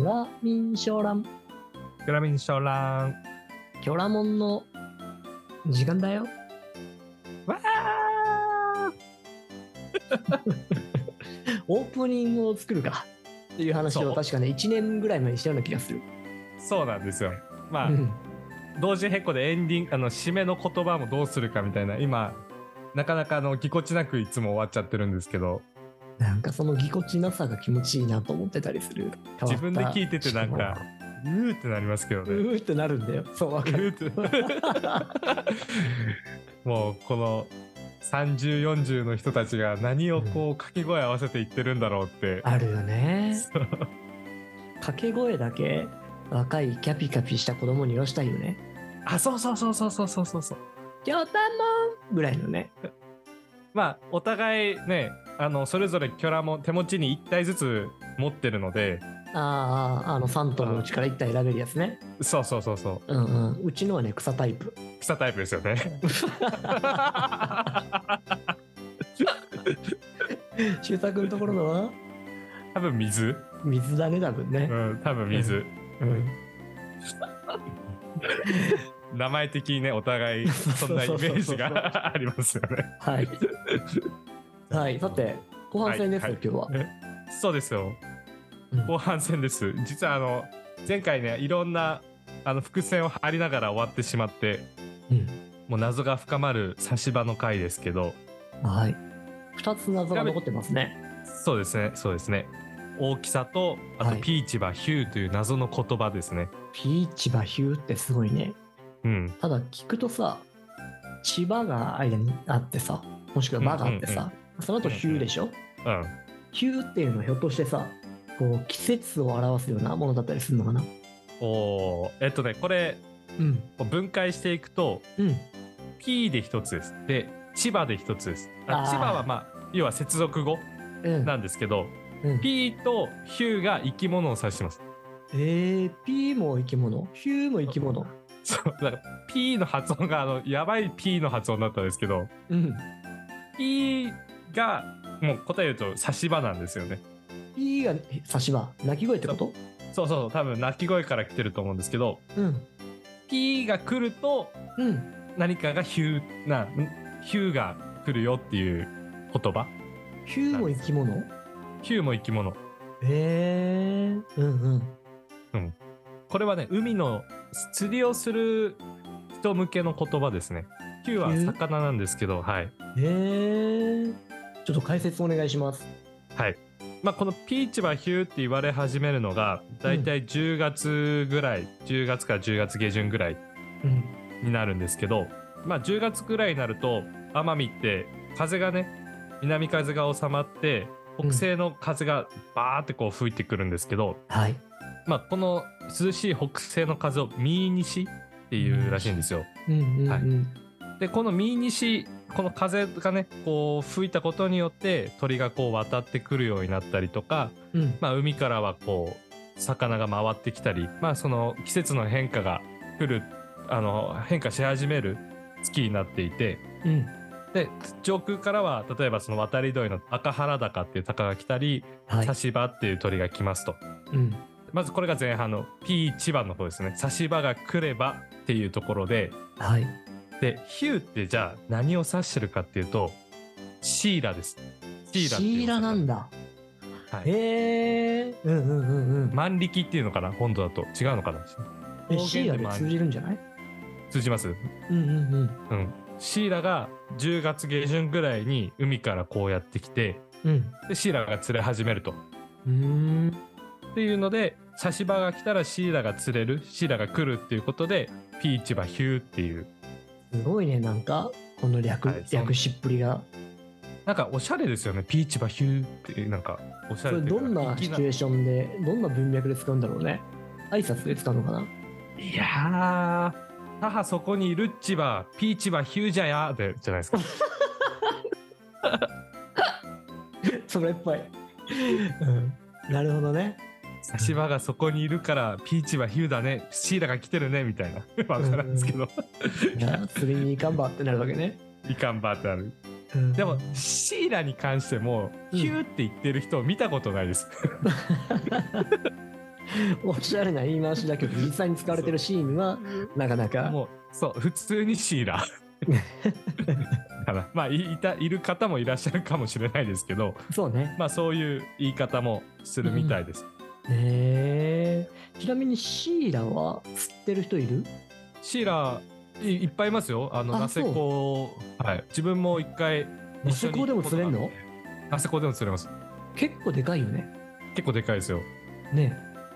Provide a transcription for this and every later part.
ラミンショラン。 キョラミンショラン。 キョラモンの時間だよ。 わオープニングを作るかっていう話を確かね1年ぐらい前にしたような気がする。 そうなんですよ。まあ、 うん、 同時並行でエンディング締めの言葉もどうするかみたいな、今なかなかぎこちなくいつも終わっちゃってるんですけど、 なんかそのぎこちなさが気持ちいいなと思ってたりする。 自分で聞いててなんかうーってなりますけどね。 うーってなるんだよ。そう、わかる。 もうこの30、40の人たちが何をこう掛け声合わせて言ってるんだろうって、 あるよね。掛け声だけ若いキャピキャピした子供に言わしたいよね。 あ、そうそうそうそうそうそうそう。 キョタモンぐらいのね。 まあお互いね、それぞれキョラも手持ちに1体ずつ持ってるので、 3頭のうちから1体選べるやつね。 そうそうそうそう。 うんうん。うちのはね、草タイプ。 草タイプですよね。 修作のところのは多分水だね、多分ね。 うん、多分水。 うん。 名前的にね、お互いそんなイメージがありますよね。 はい。はい。さて、後半戦ですよ、 はい今日は。 そうですよ。後半戦です。実は前回ね、いろんな伏線を張りながら終わってしまって、もう謎が深まる差し場の回ですけど、 はい。2つ謎が残ってますね。 そうですね、そうですね。大きさと、あとピーチバヒューという謎の言葉ですね。 ピーチバヒューってすごいね。 うん。 ただ聞くとさ、千葉が間にあってさ、もしくはバがあってさ、その後ヒューでしょ。 うん。 ヒューっていうのはひょっとしてさ、こう季節を表すようなものだったりするのかな。 これ、分解していくと、P で一つです。で、千葉で一つです。千葉はまあ要は接続語なんですけど、P とヒューが生き物を指します。 P も生き物、ヒューも生き物。 そうだから P の発音がやばい P の発音だったんですけど、P がもう答え言うと差し歯なんですよね。 P が差し歯、鳴き声ってこと？ そうそう、多分鳴き声から来てると思うんですけど、P が来ると、何かがヒューが来るよっていう言葉。 ヒューも生き物？ ヒューも生き物。これはね、海の釣りをする人向けの言葉ですね。ヒューは魚なんですけど、はい。 ちょっと解説お願いします。 はい。まあ、このピーチはヒューって言われ始めるのがだいたい10月ぐらい、10月から10月下旬ぐらいになるんですけど、まあ、10月ぐらいになると奄美って風がね、南風が収まって北西の風がバーってこう吹いてくるんですけど、まあ、この涼しい北西の風をミーニシっていうらしいんですよ。でこのミーニシ、この風がねこう吹いたことによって鳥がこう渡ってくるようになったりとか、まあ、海からはこう魚が回ってきたり、まあ、その季節の変化が来る、変化し始める月になっていて、で上空からは例えばその渡り鳥の赤原鷹っていう鷹が来たり、サシバっていう鳥が来ますと。まずこれが前半の P1 番の方ですね。サシバが来ればっていうところで、でヒューってじゃあ何を指してるかっていうとシイラです。 シイラなんだ。へえ。 万力っていうのかな、本土だと違うのかな。 シイラで通じるんじゃない？ 通じます。シイラが10月下旬ぐらいに海からこうやってきて、でシイラが釣れ始めると。っていうのでサシバが来たらシイラが釣れる、シイラが来るっていうことでピーチバヒューっていう。 すごいね、なんかこの略しっぷりがなんかおしゃれですよね。ピーチバヒューってなんかおしゃれっていうか。 それどんなシチュエーションでどんな文脈で使うんだろうね。挨拶で使うのかな。 いやー、母そこにいるっちばピーチバヒューじゃやでじゃないですか。 それっぽい。なるほどね。 サシバがそこにいるからピーチはヒューだね、シイラが来てるねみたいな。わからんですけど、 いや釣りに行かんばってなるわけね。 いかんばってある。でもシイラに関してもヒューって言ってる人を見たことないです。 おしゃれな言い回しだけど実際に使われてるシーンはなかなかもうそう普通にシーラかな。まあいる方もいらっしゃるかもしれないですけど、 そうね。 まあそういう言い方もするみたいです。 ちなみにシーラは知ってる人いる？ シーラいっぱいいますよ。ナセコ、はい、自分も一回ナセコでも釣れんの？ ナセコでも釣れます。 結構でかいよね。 結構でかいですよ。 ね。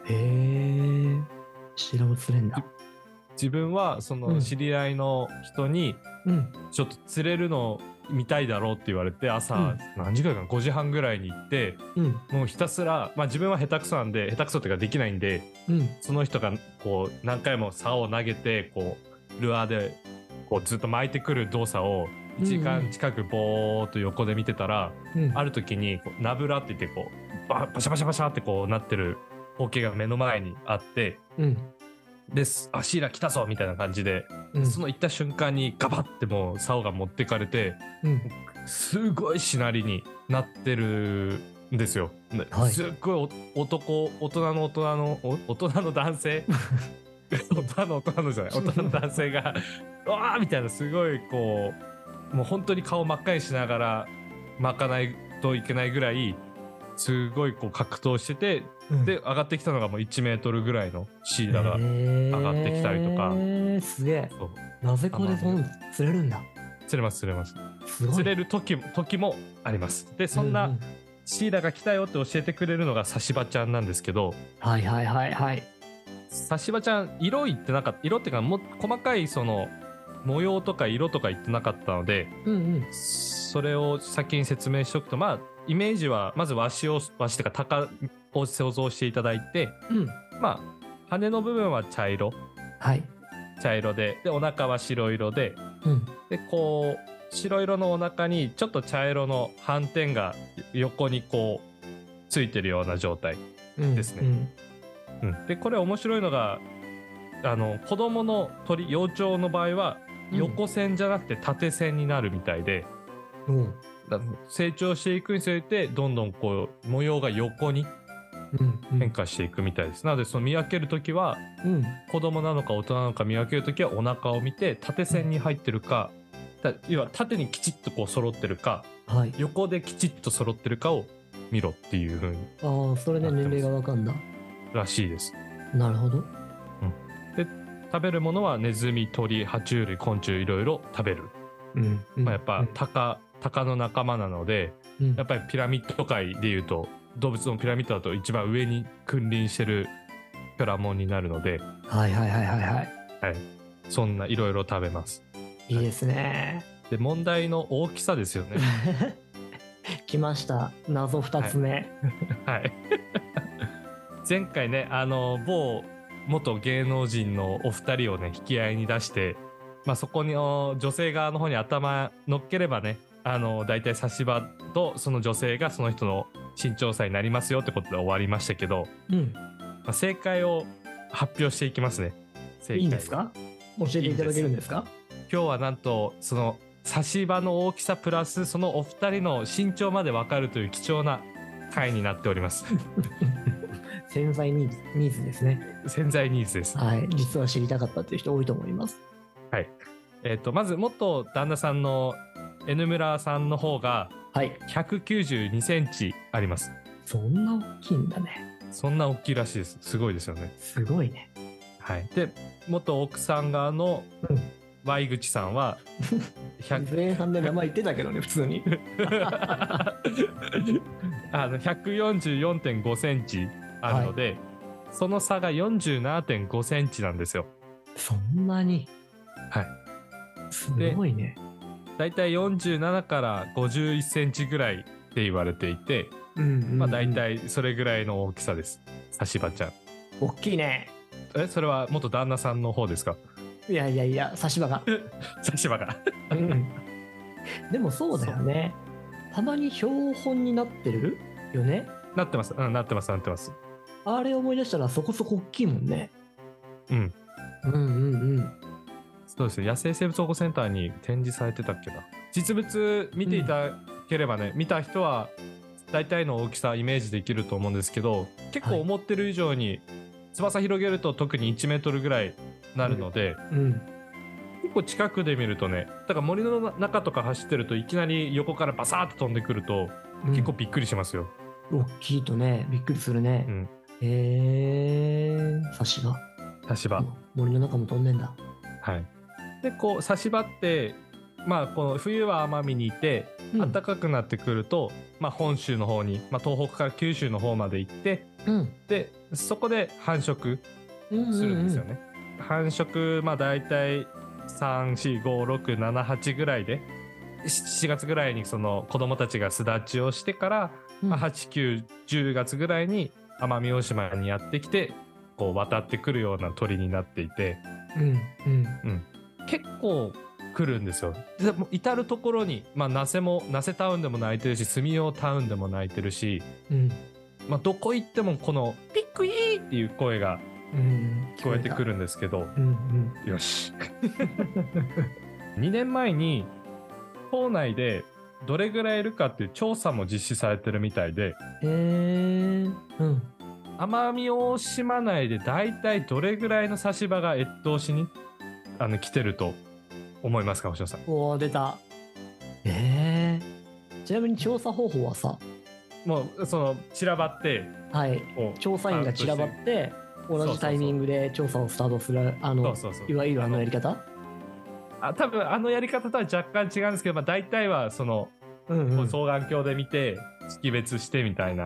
シーラも釣れんだ。 自分はその知り合いの人に、ちょっと釣れるの見たいだろうって言われて、朝何時ぐらいかな、5時半ぐらいに行って、もうひたすら、まあ自分は下手くそなんで、下手くそっていうかできないんで、その人がこう何回も竿を投げて、こうルアーでこうずっと巻いてくる動作を1時間近くぼーっと横で見てたら、ある時にこうナブラって言ってこうバシャバシャバシャってこうなってる光景が目の前にあって、でシーラ来たぞみたいな感じで、その行った瞬間にガバッてもう竿が持ってかれて、すごいしなりになってるんですよ。すっごい大人の男性大人の男性がわーみたいな、すごいこうもう本当に顔真っ赤にしながら巻かないといけないぐらいすごいこう格闘してて、で上がってきたのがもう1メートルぐらいのシーラが上がってきたりとか。 すげえ。なぜこれ釣れるんだ？ 釣れます。釣れる時もあります。でそんなシーラが来たよって教えてくれるのがサシバちゃんなんですけど、サシバちゃん色言ってなかった、色っていうかも細かいその模様とか色とか言ってなかったので、それを先に説明しておくと、まあイメージはまずワシとかタカを想像していただいて、まあ羽の部分は茶色で、お腹は白色で、でこう白色のお腹にちょっと茶色の斑点が横にこうついてるような状態ですね。でこれ面白いのが子供の鳥、幼鳥の場合は横線じゃなくて縦線になるみたいで、成長していくにつれてどんどんこう模様が横に変化していくみたいです。なのでその見分けるときは、子供なのか大人なのか見分けるときはお腹を見て縦線に入ってるか、要は縦にきちっとこう揃ってるか、横できちっと揃ってるかを見ろっていう風に。 それで年齢がわかんだらしいです。 なるほど。 で食べるものはネズミ、鳥、爬虫類、昆虫いろいろ食べる。やっぱタカの仲間なので、やっぱりピラミッド界でいうと動物のピラミッドだと一番上に君臨してるキョラモンになるので、そんないろいろ食べます。 いいですね。 で問題の大きさですよね。 来ました謎2つ目。 前回ね某元芸能人のお二人をね引き合いに出して、まあ、そこに女性側の方に頭乗っければねだいたい差し歯とその女性がその人の身長差になりますよってことで終わりましたけど、まあ、正解を発表していきますね。 いいんですか？教えていただけるんですか？ 今日はなんとその差し歯の大きさプラスそのお二人の身長まで分かるという貴重な回になっております。 潜在ニーズですね。 潜在ニーズです。 実は知りたかったっていう人多いと思います。 まず元旦那さんの N 村さんの方が192センチあります。 そんな大きいんだね。 そんな大きいらしいです。すごいですよね。 すごいね。 で元奥さん側の Y 口さんは前半で名前言ってたけどね普通に。 144.5 センチあるので、その差が 47.5 センチなんですよ。 そんなに。すごいね。 だいたい47から51センチぐらいって言われていて、まあだいたいそれぐらいの大きさです。差し歯ちゃん。 大きいね。 それは元旦那さんの方ですか？ いや差し歯が。 差し歯が。 でもそうだよね。たまに標本になってるよね。 なってます。なってます。 あれ思い出したらそこそこ大きいもんね。 そうですね。野生生物保護センターに展示されてたっけな。実物見ていただければね、見た人は大体の大きさイメージできると思うんですけど、結構思ってる以上に翼広げると特に1メートルぐらいなるので、結構近くで見るとね、だから森の中とか走ってるといきなり横からバサーッと飛んでくると、結構びっくりしますよ。 大きいとね、びっくりするね。サシバ。森の中も飛んでんだ。 はい。でこうサシバってまあこの冬は奄美にいて、暖かくなってくると、まあ、本州の方に、まあ、東北から九州の方まで行って、でそこで繁殖するんですよね。繁殖まあ大体34567ぐらいで7月ぐらいにその子供たちが巣立ちをしてから、まあ、8、9、10月ぐらいに奄美大島にやってきてこう渡ってくるような鳥になっていて、結構来るんですよ。でも至る所に、まあ、那須タウンでも鳴いてるし住用タウンでも鳴いてるし、まあ、どこ行ってもこのピックイーっていう声が聞こえてくるんですけど、よし2年前に島内でどれぐらいいるかっていう調査も実施されてるみたいで、奄美大島内でだいたいどれぐらいのサシバが越冬しに来てると思いますか、星野さん。 おー、出た。ちなみに調査方法はさ、 もうその散らばって、 調査員が散らばって同じタイミングで調査をスタートするいわゆるやり方。 多分やり方とは若干違うんですけど、まあ、大体はその、双眼鏡で見て識別してみたいな。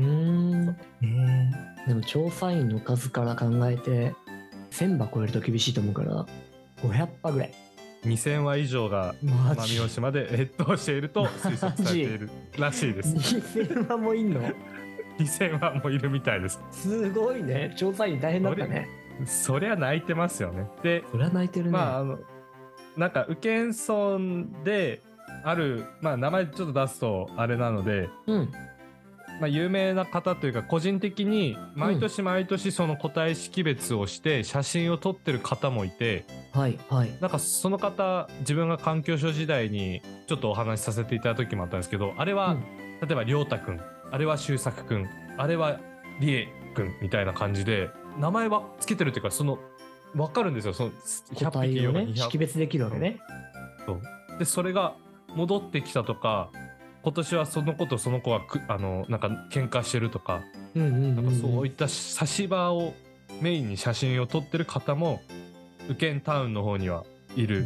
でも調査員の数から考えて1000羽超えると厳しいと思うから500羽ぐらい。 2000羽以上が奄美大島で越冬していると推測されているらしいです。 2000羽もいんの ？2000羽もいるみたいです。 すごいね。調査員大変だったね。 そりゃ泣いてますよね。で、 そりゃ泣いてるね。 まあなんか宇検村である、まあ名前ちょっと出すとあれなので、まあ有名な方というか個人的に毎年毎年その個体識別をして写真を撮ってる方もいて、なんかその方自分が環境省時代にちょっとお話しさせていただいた時もあったんですけど、あれは、例えば亮太くん、あれは周作くん、あれは理恵くんみたいな感じで名前はつけてるっていうか、その分かるんですよ。その 100匹をね識別できるわけね。 でそれが戻ってきたとか、今年はその子とその子がなんか喧嘩してるとか、なんかそういった差し場をメインに写真を撮ってる方も宇検タウンの方にはいる。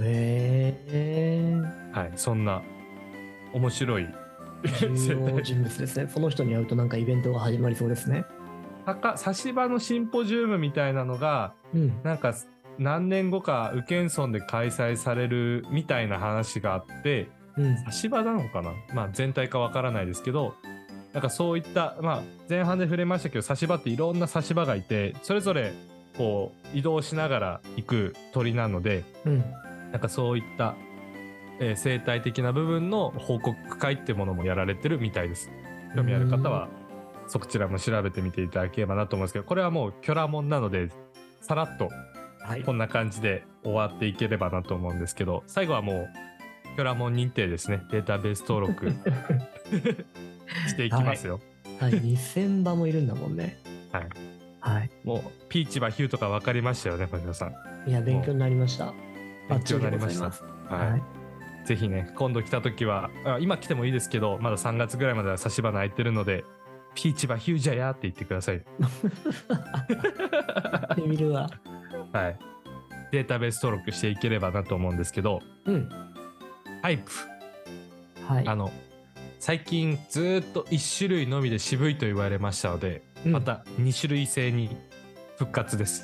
はい、そんな面白い重要人物ですね。その人に会うとなんかイベントが始まりそうですね。 差し場のシンポジウムみたいなのが、なんか何年後か宇検村で開催されるみたいな話があって、差し場なのかな、まあ全体かわからないですけど、なんかそういった、まあ前半で触れましたけど、差し場っていろんな差し場がいて、それぞれこう移動しながら行く鳥なので、なんかそういった、生態的な部分の報告会ってものもやられてるみたいです。興味ある方はそちらも調べてみていただければなと思うんですけど、これはもうキョラモンなのでさらっとこんな感じで終わっていければなと思うんですけど、最後はもうキョラモン認定ですね。データベース登録していきますよ。 2000羽もいるんだもんね。 もうピーチはヒューとか分かりましたよね、星野さん。 いや、勉強になりました。 勉強になりました。ぜひね、今度来た時は、今来てもいいですけど、まだ3月ぐらいまでは差し花空いてるので、ピーチはヒューじゃやって言ってください。 見るわ。 データベース登録していければなと思うんですけど、タイプ。最近ずっと1種類のみで渋いと言われましたので、また2種類制に復活です。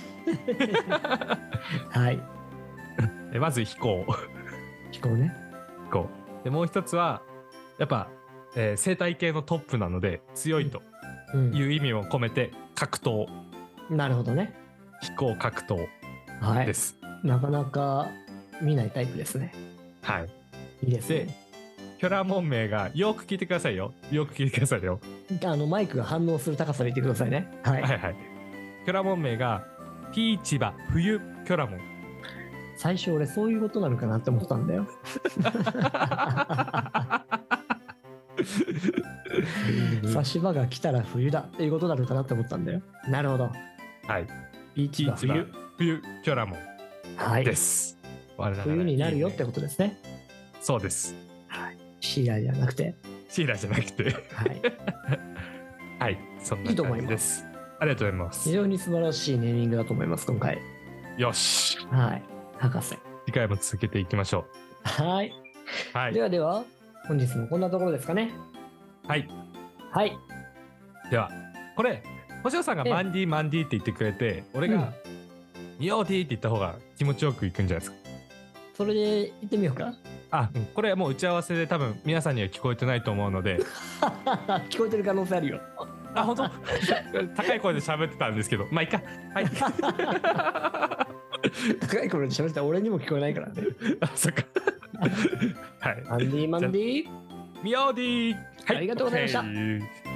まず飛行ね。でもう一つはやっぱ、生態系のトップなので強いという意味を込めて格闘。 なるほどね。 飛行格闘です。 なかなか見ないタイプですね。いいですね。 でキョラモン名がよく聞いてくださいよ。よく聞いてくださいよ。 マイクが反応する高さで言ってくださいね。 キョラモン名がピーチバ冬キョラモン。 最初俺そういうことなのかなって思ったんだよ。差し場が来たら冬だっていうことなのかなって思ったんだよ。なるほど。 はい。 ピーチは冬。 冬キョラモンはい。 です。 冬になるよってことですね。 そうです。 はい。シーラじゃなくて。 シーラじゃなくて。 はい。 はい。そんな感じです。ありがとうございます。 非常に素晴らしいネーミングだと思います、今回。 よし。 はい。博士。 次回も続けていきましょう。はい。 はい。 では、本日もこんなところですかね。 はい。 はい。 では、これ、星野さんがマンディマンディって言ってくれて、俺が、ミオーディって言った方が気持ちよくいくんじゃないですか。 それで言ってみようか。 これはもう打ち合わせで多分皆さんには聞こえてないと思うので。 聞こえてる可能性あるよ。 本当高い声で喋ってたんですけど、まあいいか。はい。 高い声で喋ってたら俺にも聞こえないからね。 そっか。はい。 マンディマンディミオーディ、 ありがとうございました。